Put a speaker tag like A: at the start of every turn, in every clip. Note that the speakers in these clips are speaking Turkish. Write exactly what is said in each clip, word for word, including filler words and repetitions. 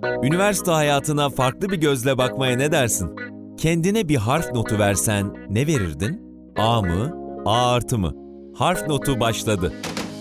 A: Üniversite hayatına farklı bir gözle bakmaya ne dersin? Kendine bir harf notu versen ne verirdin? A mı? A artı mı? Harf notu başladı.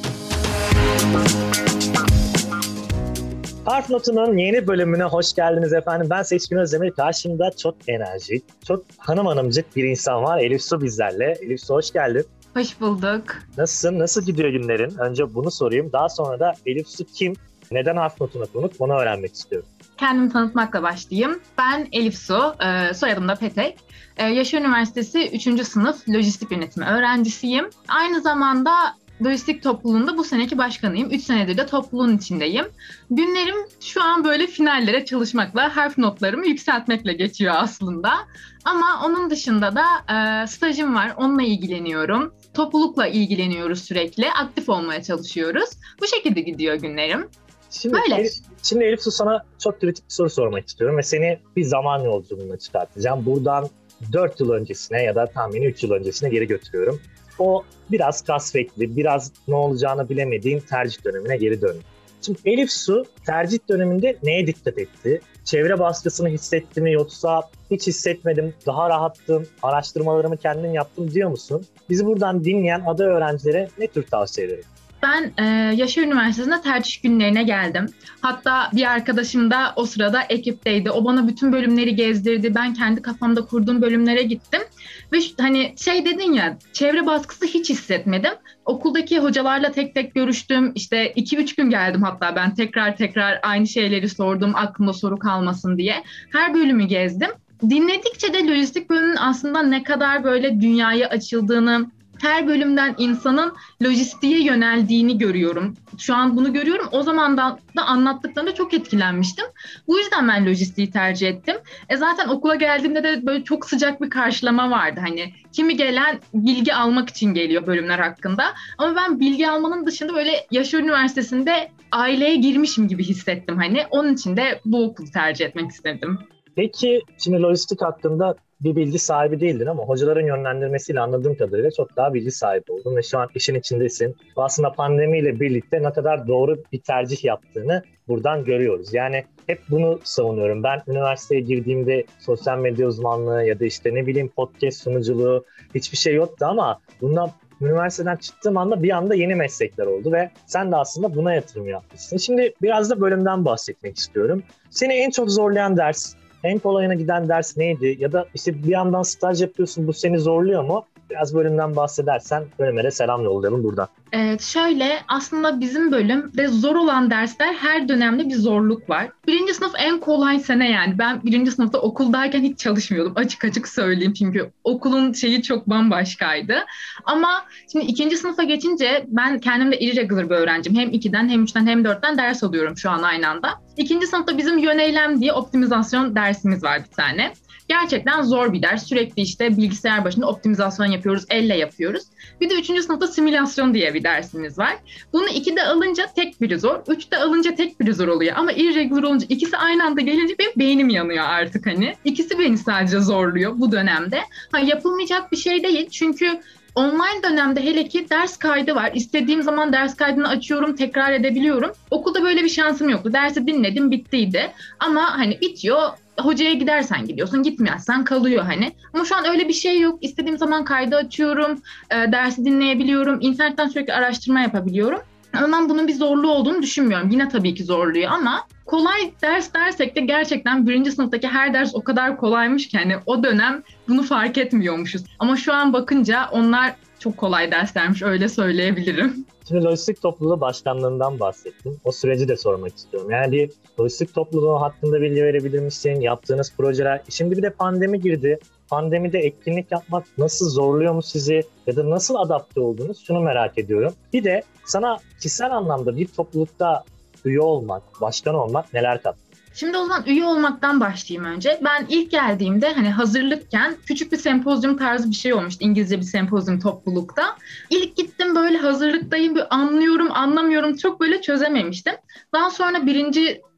B: Harf Notu'nun yeni bölümüne hoş geldiniz efendim. Ben Seçkin Özdemir. Karşımda çok enerjik, çok hanım hanımcık bir insan var. Elif Su bizlerle. Elif Su hoş geldin.
C: Hoş bulduk.
B: Nasılsın? Nasıl gidiyor günlerin? Önce bunu sorayım. Daha sonra da Elif Su kim? Neden Harf Notu'na konuk? Bunu öğrenmek istiyorum.
C: Kendimi tanıtmakla başlayayım. Ben Elif Su, soyadım da Petek. Yaşar Üniversitesi üçüncü sınıf Lojistik Yönetimi öğrencisiyim. Aynı zamanda Lojistik topluluğunda bu seneki başkanıyım. üç senedir de topluluğun içindeyim. Günlerim şu an böyle finallere çalışmakla, harf notlarımı yükseltmekle geçiyor aslında. Ama onun dışında da e, stajım var, onunla ilgileniyorum. Toplulukla ilgileniyoruz sürekli, aktif olmaya çalışıyoruz. Bu şekilde gidiyor günlerim.
B: Şimdi
C: Böyle.
B: Elif, şimdi Elif Su sana çok kritik bir soru sormak istiyorum ve seni bir zaman yolculuğuna çıkartacağım. Buradan dört yıl öncesine ya da tahmini üç yıl öncesine geri götürüyorum. O biraz kasvetli, biraz ne olacağını bilemediğin tercih dönemine geri döndü. Şimdi Elif Su tercih döneminde neye dikkat etti? Çevre baskısını hissetti mi yoksa hiç hissetmedim, daha rahattım, araştırmalarımı kendim yaptım diyor musun? Bizi buradan dinleyen aday öğrencilere ne tür tavsiye ederim?
C: Ben e, Yaşar Üniversitesi'nde tercih günlerine geldim. Hatta bir arkadaşım da o sırada ekipteydi. O bana bütün bölümleri gezdirdi. Ben kendi kafamda kurduğum bölümlere gittim. Ve şu, hani şey dedin ya, çevre baskısı hiç hissetmedim. Okuldaki hocalarla tek tek görüştüm. İşte iki üç gün geldim hatta ben tekrar tekrar aynı şeyleri sordum aklımda soru kalmasın diye. Her bölümü gezdim. Dinledikçe de lojistik bölümünün aslında ne kadar böyle dünyaya açıldığını, her bölümden insanın lojistiğe yöneldiğini görüyorum. Şu an bunu görüyorum. O zamandan da anlattıklarında çok etkilenmiştim. Bu yüzden ben lojistiği tercih ettim. E zaten okula geldiğimde de böyle çok sıcak bir karşılama vardı. Hani kimi gelen bilgi almak için geliyor bölümler hakkında. Ama ben bilgi almanın dışında böyle Yaşar Üniversitesi'nde aileye girmişim gibi hissettim. Hani onun için de bu okulu tercih etmek istedim.
B: Peki şimdi lojistik hakkında bir bilgi sahibi değildin ama hocaların yönlendirmesiyle anladığım kadarıyla çok daha bilgi sahibi oldun ve şu an işin içindesin. Aslında pandemiyle birlikte ne kadar doğru bir tercih yaptığını buradan görüyoruz. Yani hep bunu savunuyorum. Ben üniversiteye girdiğimde sosyal medya uzmanlığı ya da işte ne bileyim podcast sunuculuğu hiçbir şey yoktu ama bundan üniversiteden çıktığım anda bir anda yeni meslekler oldu ve sen de aslında buna yatırım yapmışsın. Şimdi biraz da bölümden bahsetmek istiyorum. Seni en çok zorlayan ders, en kolayına giden ders neydi? Ya da işte bir yandan staj yapıyorsun, bu seni zorluyor mu? Biraz bölümden bahsedersen bölüme de selam yollayalım buradan.
C: Evet, şöyle aslında bizim bölümde zor olan dersler her dönemde bir zorluk var. Birinci sınıf en kolay sene yani. Ben birinci sınıfta okuldayken hiç çalışmıyordum. Açık açık söyleyeyim çünkü okulun şeyi çok bambaşkaydı. Ama şimdi ikinci sınıfa geçince ben kendim de irregular bir öğrencim. Hem ikiden hem üçten hem dörtten ders alıyorum şu an aynı anda. İkinci sınıfta bizim yöneylem diye optimizasyon dersimiz var bir tane. Gerçekten zor bir ders. Sürekli işte bilgisayar başında optimizasyon yapıyoruz, elle yapıyoruz. Bir de üçüncü sınıfta simülasyon diye bir dersimiz var. Bunu ikide alınca tek biri zor, üçte alınca tek biri zor oluyor. Ama irregular olunca ikisi aynı anda gelince benim beynim yanıyor artık hani. İkisi beni sadece zorluyor bu dönemde. Ha, yapılmayacak bir şey değil çünkü online dönemde hele ki ders kaydı var. İstediğim zaman ders kaydını açıyorum, tekrar edebiliyorum. Okulda böyle bir şansım yoktu. Dersi dinledim, bittiydi. Ama hani bitiyor, hocaya gidersen gidiyorsun, gitmezsen kalıyor hani. Ama şu an öyle bir şey yok. İstediğim zaman kaydı açıyorum, e, dersi dinleyebiliyorum, internetten sürekli araştırma yapabiliyorum. Ama ben bunun bir zorluğu olduğunu düşünmüyorum. Yine tabii ki zorluyor ama kolay ders dersek de gerçekten birinci sınıftaki her ders o kadar kolaymış ki hani o dönem bunu fark etmiyormuşuz. Ama şu an bakınca onlar çok kolay derslermiş, öyle söyleyebilirim.
B: Şimdi lojistik topluluğu başkanlığından bahsettim. O süreci de sormak istiyorum. Yani bir lojistik topluluğu hakkında bilgi verebilir misin? Yaptığınız projeler. Şimdi bir de pandemi girdi. Pandemide etkinlik yapmak nasıl zorluyor mu sizi? Ya da nasıl adapte oldunuz? Şunu merak ediyorum. Bir de sana kişisel anlamda bir toplulukta üye olmak, başkan olmak neler kattı?
C: Şimdi o zaman üye olmaktan başlayayım önce. Ben ilk geldiğimde hani hazırlıkken küçük bir sempozyum tarzı bir şey olmuştu. İngilizce bir sempozyum toplulukta. İlk gittim böyle hazırlıktayım, bir anlıyorum, anlamıyorum. Çok böyle çözememiştim. Daha sonra birinci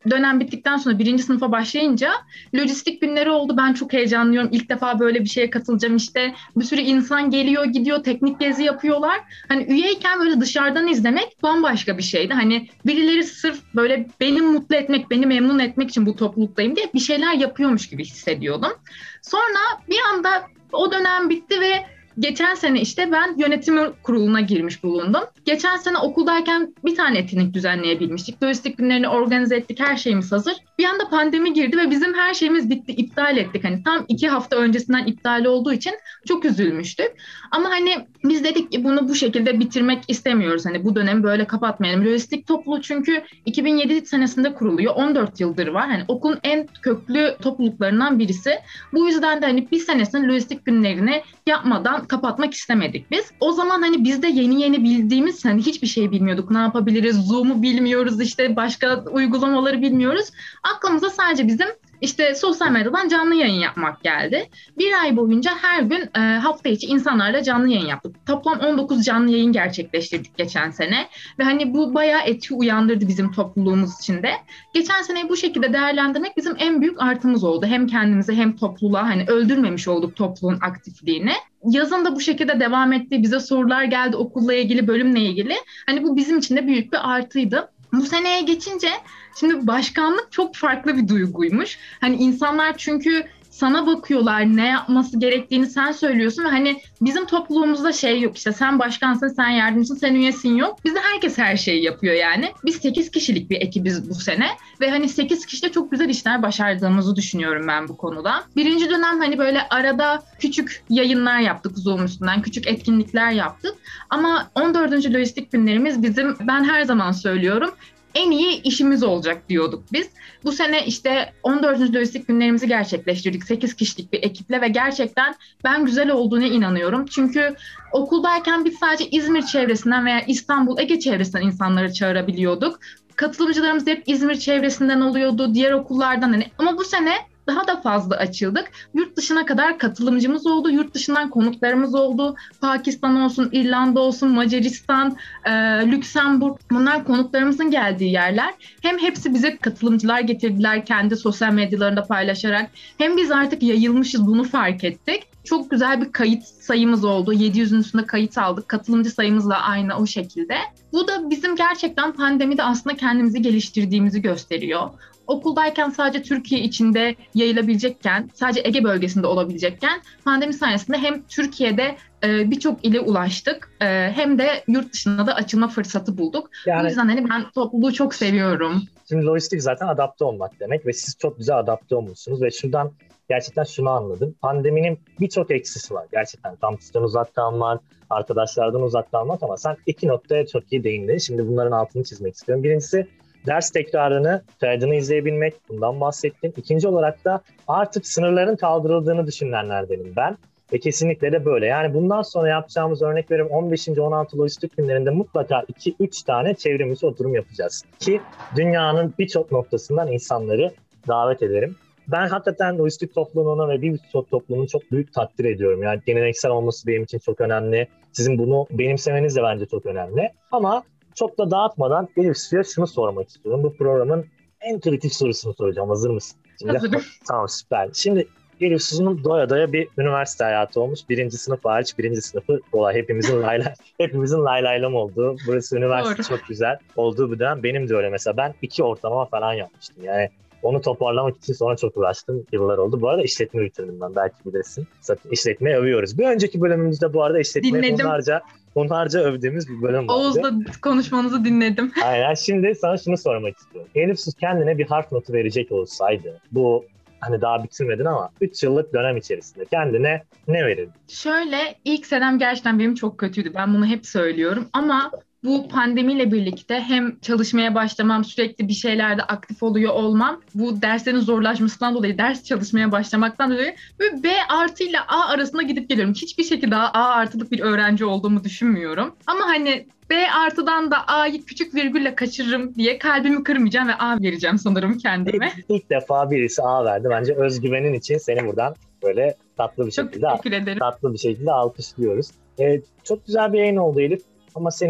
C: dönem bittikten sonra birinci sınıfa başlayınca lojistik günleri oldu. Ben çok heyecanlıyorum. İlk defa böyle bir şeye katılacağım işte. Bir sürü insan geliyor gidiyor, teknik gezi yapıyorlar. Hani üyeyken böyle dışarıdan izlemek bambaşka bir şeydi. Hani birileri sırf böyle beni mutlu etmek, beni memnun etmek için bu topluluktayım diye bir şeyler yapıyormuş gibi hissediyordum. Sonra bir anda o dönem bitti ve geçen sene işte ben yönetim kuruluna girmiş bulundum. Geçen sene okuldayken bir tane etkinlik düzenleyebilmiştik. Lojistik günlerini organize ettik, her şeyimiz hazır. Bir anda pandemi girdi ve bizim her şeyimiz bitti, iptal ettik. Hani tam iki hafta öncesinden iptal olduğu için çok üzülmüştük. Ama hani biz dedik ki bunu bu şekilde bitirmek istemiyoruz. Hani bu dönemi böyle kapatmayalım. Lojistik topluluğu çünkü iki bin yedi senesinde kuruluyor. on dört yıldır var. Hani okulun en köklü topluluklarından birisi. Bu yüzden de hani bir senesinin lojistik günlerini yapmadan kapatmak istemedik biz. O zaman hani biz de yeni yeni bildiğimiz, hani hiçbir şey bilmiyorduk. Ne yapabiliriz? Zoom'u bilmiyoruz, işte başka uygulamaları bilmiyoruz. Aklımıza sadece bizim işte sosyal medyadan canlı yayın yapmak geldi. Bir ay boyunca her gün e, hafta içi insanlarla canlı yayın yaptık. Toplam on dokuz canlı yayın gerçekleştirdik geçen sene. Ve hani bu bayağı etki uyandırdı bizim topluluğumuz içinde. Geçen seneyi bu şekilde değerlendirmek bizim en büyük artımız oldu. Hem kendimize hem topluluğa hani öldürmemiş olduk topluluğun aktifliğini. Yazın da bu şekilde devam etti. Bize sorular geldi okulla ilgili, bölümle ilgili. Hani bu bizim için de büyük bir artıydı. Bu seneye geçince şimdi başkanlık çok farklı bir duyguymuş. Hani insanlar çünkü sana bakıyorlar, ne yapması gerektiğini sen söylüyorsun ve hani bizim topluluğumuzda şey yok, işte sen başkansın, sen yardımcısın, sen üyesin yok. Bizde herkes her şeyi yapıyor yani. Biz sekiz kişilik bir ekibiz bu sene ve hani sekiz kişide çok güzel işler başardığımızı düşünüyorum ben bu konuda. Birinci dönem hani böyle arada küçük yayınlar yaptık Zoom üstünden, küçük etkinlikler yaptık. Ama on dördüncü lojistik günlerimiz bizim, ben her zaman söylüyorum, en iyi işimiz olacak diyorduk biz. Bu sene işte on dördüncü lojistik günlerimizi gerçekleştirdik sekiz kişilik bir ekiple ve gerçekten ben güzel olduğuna inanıyorum. Çünkü okuldayken biz sadece İzmir çevresinden veya İstanbul, Ege çevresinden insanları çağırabiliyorduk. Katılımcılarımız hep İzmir çevresinden oluyordu, diğer okullardan hani. Ama bu sene daha da fazla açıldık. Yurt dışına kadar katılımcımız oldu. Yurt dışından konuklarımız oldu. Pakistan olsun, İrlanda olsun, Macaristan, e, Lüksemburg. Bunlar konuklarımızın geldiği yerler. Hem hepsi bize katılımcılar getirdiler kendi sosyal medyalarında paylaşarak. Hem biz artık yayılmışız, bunu fark ettik. Çok güzel bir kayıt sayımız oldu. yedi yüzün üstünde kayıt aldık. Katılımcı sayımızla aynı o şekilde. Bu da bizim gerçekten pandemide aslında kendimizi geliştirdiğimizi gösteriyor. Okuldayken sadece Türkiye içinde yayılabilecekken, sadece Ege bölgesinde olabilecekken pandemi sayesinde hem Türkiye'de e, birçok ile ulaştık e, hem de yurt dışında da açılma fırsatı bulduk. Yani, o yüzden hani ben topluluğu çok seviyorum.
B: Şimdi lojistik zaten adapte olmak demek ve siz çok güzel adapte olmuşsunuz ve şuradan gerçekten şunu anladım. Pandeminin birçok eksisi var. Gerçekten kampüsten uzak kalmak, arkadaşlardan uzak kalmak, ama sen iki noktaya çok iyi değindin. Şimdi bunların altını çizmek istiyorum. Birincisi, ders tekrarını, kaydını izleyebilmek, bundan bahsettim. İkinci olarak da artık sınırların kaldırıldığını düşünenlerdenim ben. Ve kesinlikle de böyle. Yani bundan sonra yapacağımız, örnek veriyorum, on beşinci on altı lojistik günlerinde mutlaka iki üç tane çevrimiçi oturum yapacağız. Ki dünyanın birçok noktasından insanları davet ederim. Ben hakikaten lojistik topluluğunu ve birçok topluluğunu çok büyük takdir ediyorum. Yani geleneksel olması benim için çok önemli. Sizin bunu benimsemeniz de bence çok önemli. Ama çok da dağıtmadan Elif Su'ya şunu sormak istiyorum. Bu programın en kritik sorusunu soracağım. Hazır mısın? Şimdi,
C: Hazırım.
B: Tamam, süper. Şimdi Elif Su'nun doya doya bir üniversite hayatı olmuş. Birinci sınıf hariç, birinci sınıfı kolay. Hepimizin laylay, hepimizin laylaylam olduğu. Burası üniversite
C: Doğru.
B: çok güzel olduğu bir dönem. Benim de öyle mesela. Ben iki ortalama falan yapmıştım. Yani onu toparlamak için sonra çok uğraştım. Yıllar oldu. Bu arada işletme bitirdim ben. Belki bilirsin. Zaten işletmeyi övüyoruz. Bir önceki bölümümüzde bu arada işletmeyi onlarca, onlarca övdüğümüz bir bölüm vardı.
C: Oğuz'la konuşmanızı dinledim.
B: Aynen. Şimdi sana şunu sormak istiyorum. Elif Su kendine bir harf notu verecek olsaydı, bu hani daha bitirmedin ama üç yıllık dönem içerisinde kendine ne verirdin?
C: Şöyle, ilk senem gerçekten benim çok kötüydü. Ben bunu hep söylüyorum ama bu pandemiyle birlikte hem çalışmaya başlamam, sürekli bir şeylerde aktif oluyor olmam, bu derslerin zorlaşmasından dolayı, ders çalışmaya başlamaktan dolayı böyle B artı ile A arasında gidip geliyorum. Hiçbir şekilde A artılık bir öğrenci olduğumu düşünmüyorum. Ama hani B artıdan da A'yı küçük virgülle kaçırırım diye kalbimi kırmayacağım ve A vereceğim sanırım kendime.
B: İlk, ilk defa birisi A verdi. Bence özgüvenin için seni buradan böyle tatlı bir
C: Çok
B: şekilde
C: teşekkür ederim.
B: tatlı bir şekilde alkışlıyoruz. Ee, çok güzel bir yayın oldu Elif. Ama senin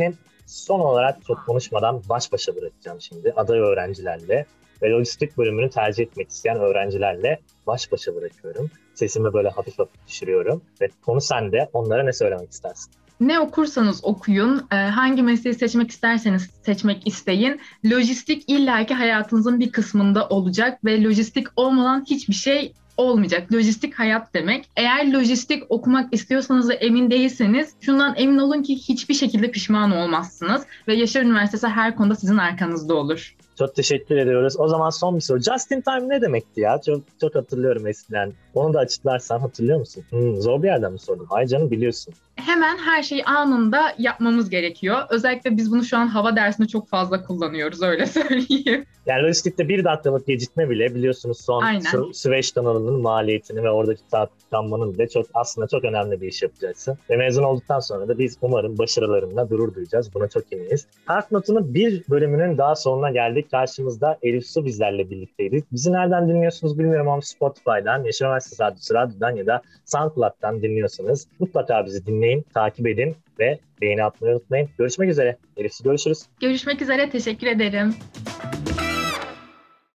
B: Son olarak çok konuşmadan baş başa bırakacağım şimdi aday öğrencilerle ve lojistik bölümünü tercih etmek isteyen öğrencilerle baş başa bırakıyorum. Sesimi böyle hafif hafif düşürüyorum ve konu sende. Onlara ne söylemek istersin?
C: Ne okursanız okuyun, hangi mesleği seçmek isterseniz seçmek isteyin. Lojistik illaki hayatınızın bir kısmında olacak ve lojistik olmadan hiçbir şey olmayacak. Lojistik hayat demek. Eğer lojistik okumak istiyorsanız ve emin değilseniz şundan emin olun ki hiçbir şekilde pişman olmazsınız ve Yaşar Üniversitesi her konuda sizin arkanızda olur.
B: Çok teşekkür ediyoruz. O zaman son bir soru. Just in time ne demekti ya? Çok çok hatırlıyorum eskiden. Onu da açıklarsan hatırlıyor musun? Hmm, zor bir yerden mi sordum? Ay canım biliyorsun.
C: Hemen her şeyi anında yapmamız gerekiyor. Özellikle biz bunu şu an hava dersinde çok fazla kullanıyoruz, öyle söyleyeyim.
B: Yani lojistikte bir dakikalık gecikme bile biliyorsunuz son Sü- Süveyş kanalının maliyetini ve oradaki saat tıkanmanın bile çok aslında çok önemli bir iş yapacaksın. Ve mezun olduktan sonra da biz umarım başarılarınla gurur duyacağız. Buna çok emiyiz. Harf Notu'nun bir bölümünün daha sonuna geldik. Karşımızda Elif Su bizlerle birlikteydi. Bizi nereden dinliyorsunuz bilmiyorum ama Spotify'dan, Yaşar Üniversitesi Radyosu Radyo'dan ya da SoundCloud'dan dinliyorsanız mutlaka bizi dinleyin, takip edin ve beğeni atmayı unutmayın. Görüşmek üzere. Elif Su görüşürüz.
C: Görüşmek üzere. Teşekkür ederim.